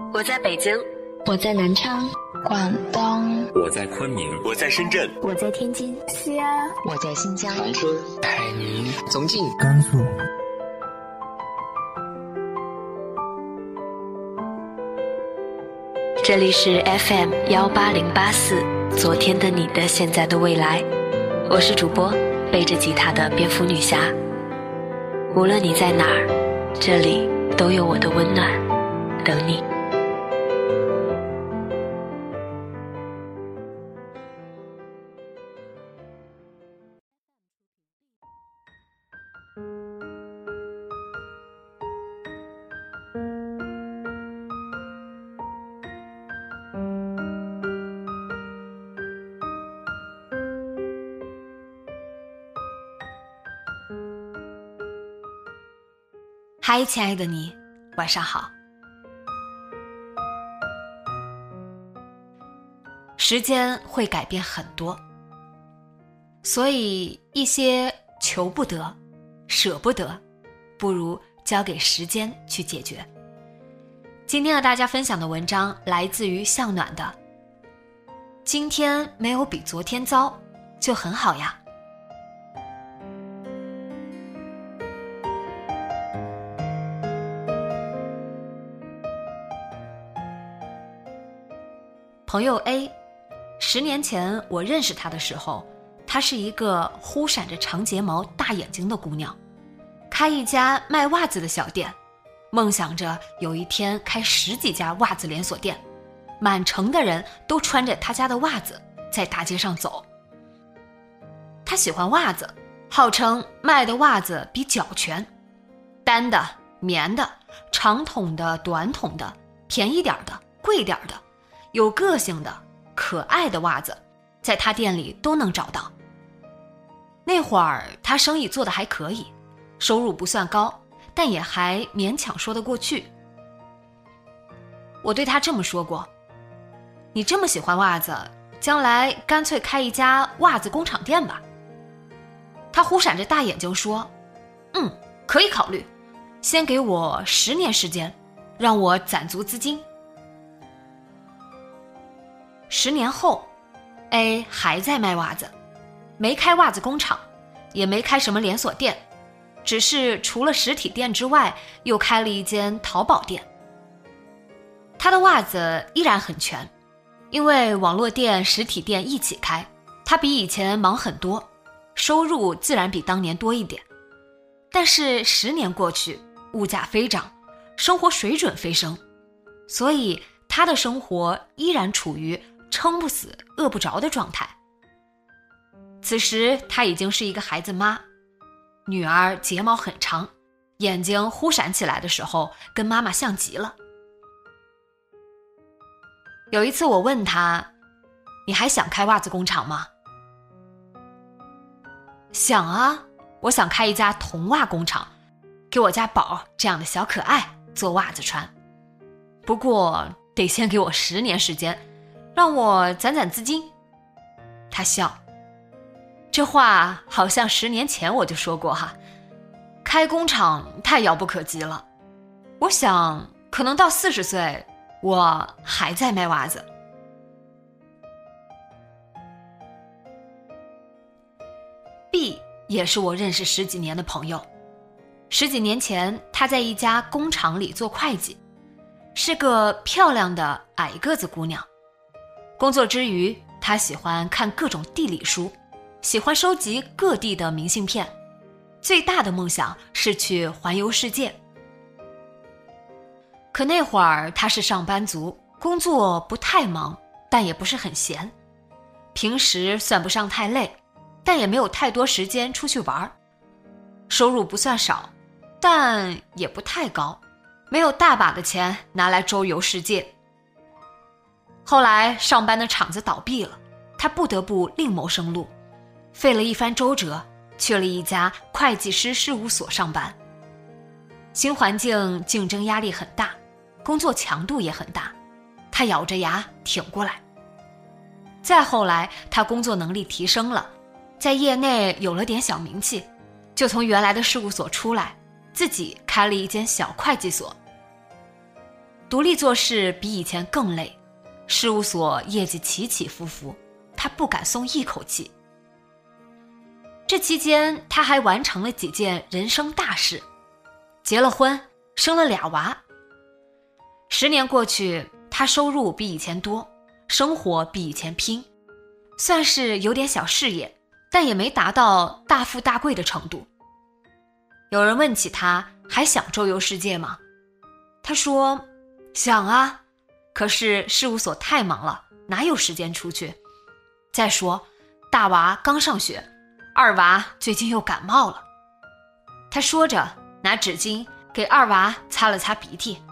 我在北京， 我在南昌， 广东， 我在昆明， 我在深圳， 我在天津， 西安， 我在新疆， 长春， 海宁， 重庆， 甘肃。 这里是 FM18084，昨天的你的现在的未来，我是主播背着吉他的蝙蝠女侠。无论你在哪儿，这里都有我的温暖等你。 嗨，亲爱的你，晚上好。时间会改变很多，所以一些求不得、舍不得，不如交给时间去解决。今天和大家分享的文章来自于向暖的，今天没有比昨天糟，就很好呀。朋友 A，10年前我认识她的时候，她是一个忽闪着长睫毛大眼睛的姑娘，开一家卖袜子的小店，梦想着有一天开10几家袜子连锁店，满城的人都穿着她家的袜子在大街上走。她喜欢袜子，号称卖的袜子比脚全，单的、棉的、长筒的、短筒的，便宜点的、贵点的，有个性的、可爱的袜子，在他店里都能找到。那会儿他生意做得还可以，收入不算高，但也还勉强说得过去。我对他这么说过，你这么喜欢袜子，将来干脆开一家袜子工厂店吧。他忽闪着大眼睛说，可以考虑，先给我10年时间，让我攒足资金。10年后 A 还在卖袜子，没开袜子工厂，也没开什么连锁店，只是除了实体店之外，又开了一间淘宝店。他的袜子依然很全，因为网络店、实体店一起开，他比以前忙很多，收入自然比当年多一点。但是10年过去，物价飞涨，生活水准飞升，所以他的生活依然处于撑不死饿不着的状态。此时她已经是一个孩子妈，女儿睫毛很长，眼睛忽闪起来的时候跟妈妈像极了。有一次我问她，你还想开袜子工厂吗？想啊，我想开一家童袜工厂，给我家宝这样的小可爱做袜子穿，不过得先给我10年时间，让我攒攒资金。他笑，这话好像10年前我就说过哈，开工厂太遥不可及了。我想可能到40岁，我还在卖袜子。B 也是我认识10几年的朋友，10几年前他在一家工厂里做会计，是个漂亮的矮个子姑娘。工作之余，她喜欢看各种地理书，喜欢收集各地的明信片，最大的梦想是去环游世界。可那会儿她是上班族，工作不太忙，但也不是很闲，平时算不上太累，但也没有太多时间出去玩。收入不算少，但也不太高，没有大把的钱拿来周游世界。后来上班的厂子倒闭了，他不得不另谋生路，费了一番周折，去了一家会计师事务所上班。新环境竞争压力很大，工作强度也很大，他咬着牙挺过来。再后来他工作能力提升了，在业内有了点小名气，就从原来的事务所出来，自己开了一间小会计所。 独立做事比以前更累，事务所业绩起起伏伏，他不敢松一口气。这期间他还完成了几件人生大事，结了婚，生了2娃。10年过去，他收入比以前多，生活比以前拼，算是有点小事业，但也没达到大富大贵的程度。有人问起他还想周游世界吗？他说想啊，可是事务所太忙了，哪有时间出去？再说大娃刚上学，2娃最近又感冒了。他说着拿纸巾给2娃擦了擦鼻涕。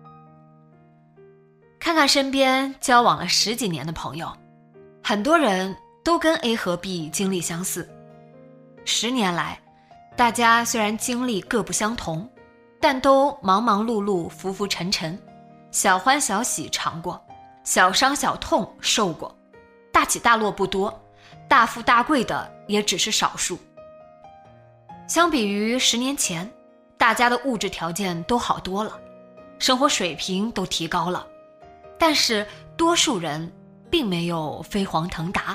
看看身边交往了10几年的朋友，很多人都跟 A 和 B 经历相似。10年来，大家虽然经历各不相同，但都忙忙碌碌，浮浮沉沉，小欢小喜尝过，小伤小痛受过，大起大落不多，大富大贵的也只是少数。相比于10年前，大家的物质条件都好多了，生活水平都提高了，但是多数人并没有飞黄腾达。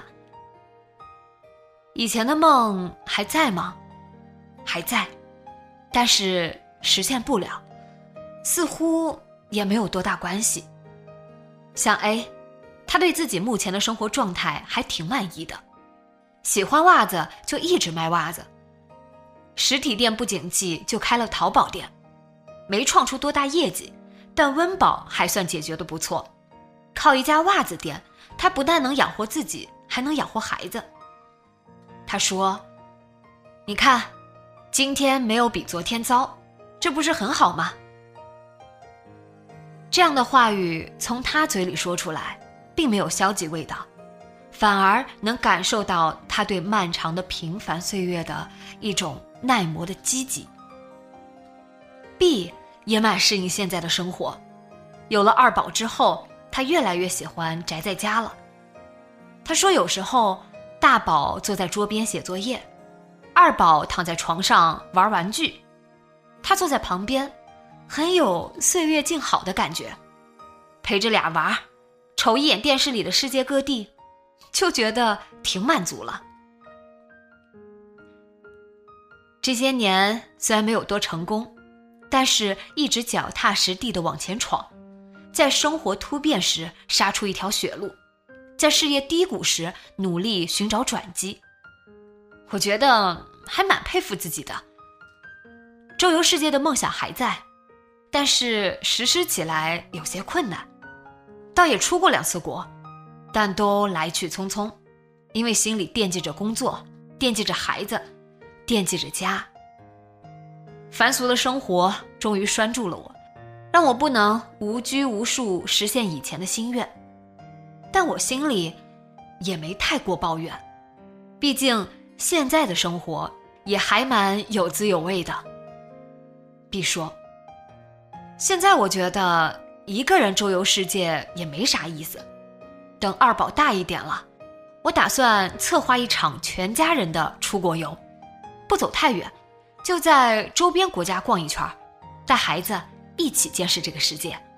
以前的梦还在吗？还在，但是实现不了，似乎也没有多大关系。像 A， 他对自己目前的生活状态还挺满意的，喜欢袜子就一直卖袜子，实体店不景气就开了淘宝店，没创出多大业绩，但温饱还算解决得不错。靠一家袜子店，他不但能养活自己，还能养活孩子。他说，你看，今天没有比昨天糟，这不是很好吗？这样的话语从他嘴里说出来，并没有消极味道，反而能感受到他对漫长的平凡岁月的一种耐磨的积极。B 也蛮适应现在的生活，有了2宝之后，他越来越喜欢宅在家了。他说有时候大宝坐在桌边写作业，2宝躺在床上玩玩具，他坐在旁边，很有岁月静好的感觉，陪着俩娃，瞅一眼电视里的世界各地，就觉得挺满足了。这些年虽然没有多成功，但是一直脚踏实地地往前闯，在生活突变时杀出一条血路，在事业低谷时努力寻找转机。我觉得还蛮佩服自己的。周游世界的梦想还在，但是实施起来有些困难。倒也出过2次国，但都来去匆匆，因为心里惦记着工作，惦记着孩子，惦记着家。凡俗的生活终于拴住了我，让我不能无拘无束实现以前的心愿。但我心里也没太过抱怨，毕竟现在的生活也还蛮有滋有味的。B 说，现在我觉得一个人周游世界也没啥意思，等2宝大一点了，我打算策划一场全家人的出国游，不走太远，就在周边国家逛一圈，带孩子一起见识这个世界。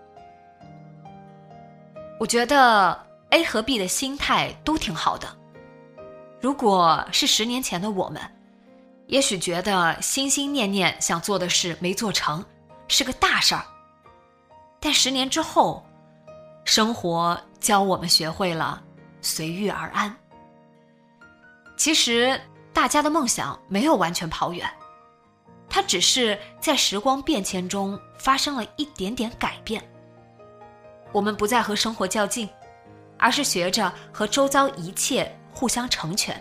我觉得 A 和 B 的心态都挺好的。如果是10年前的我们，也许觉得心心念念想做的事没做成，是个大事儿。但10年之后，生活教我们学会了随遇而安。其实大家的梦想没有完全跑远，它只是在时光变迁中发生了一点点改变。我们不再和生活较劲，而是学着和周遭一切互相成全。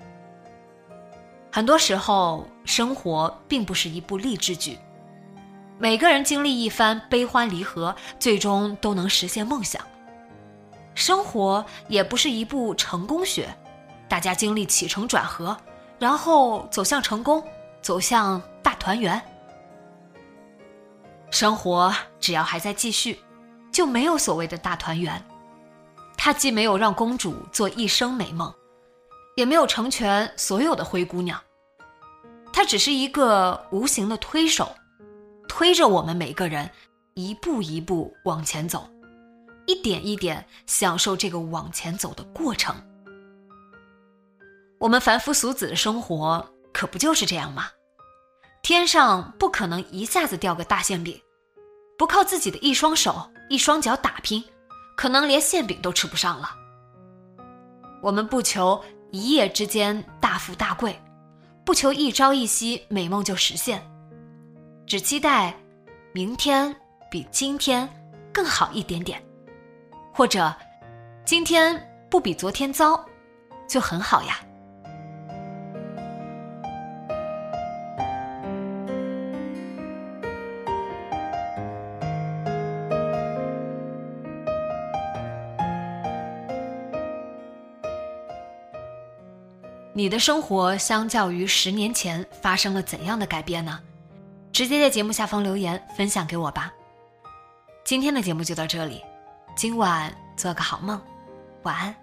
很多时候，生活并不是一部励志剧，每个人经历一番悲欢离合，最终都能实现梦想。生活也不是一部成功学，大家经历起承转合，然后走向成功，走向大团圆。生活只要还在继续，就没有所谓的大团圆。它既没有让公主做一生美梦，也没有成全所有的灰姑娘，它只是一个无形的推手，推着我们每个人一步一步往前走，一点一点享受这个往前走的过程。我们凡夫俗子的生活可不就是这样吗？天上不可能一下子掉个大馅饼，不靠自己的一双手一双脚打拼，可能连馅饼都吃不上了。我们不求一夜之间大富大贵，不求一朝一夕美梦就实现，只期待明天比今天更好一点点，或者今天不比昨天糟，就很好呀。你的生活相较于10年前发生了怎样的改变呢？直接在节目下方留言分享给我吧。今天的节目就到这里，今晚做个好梦，晚安。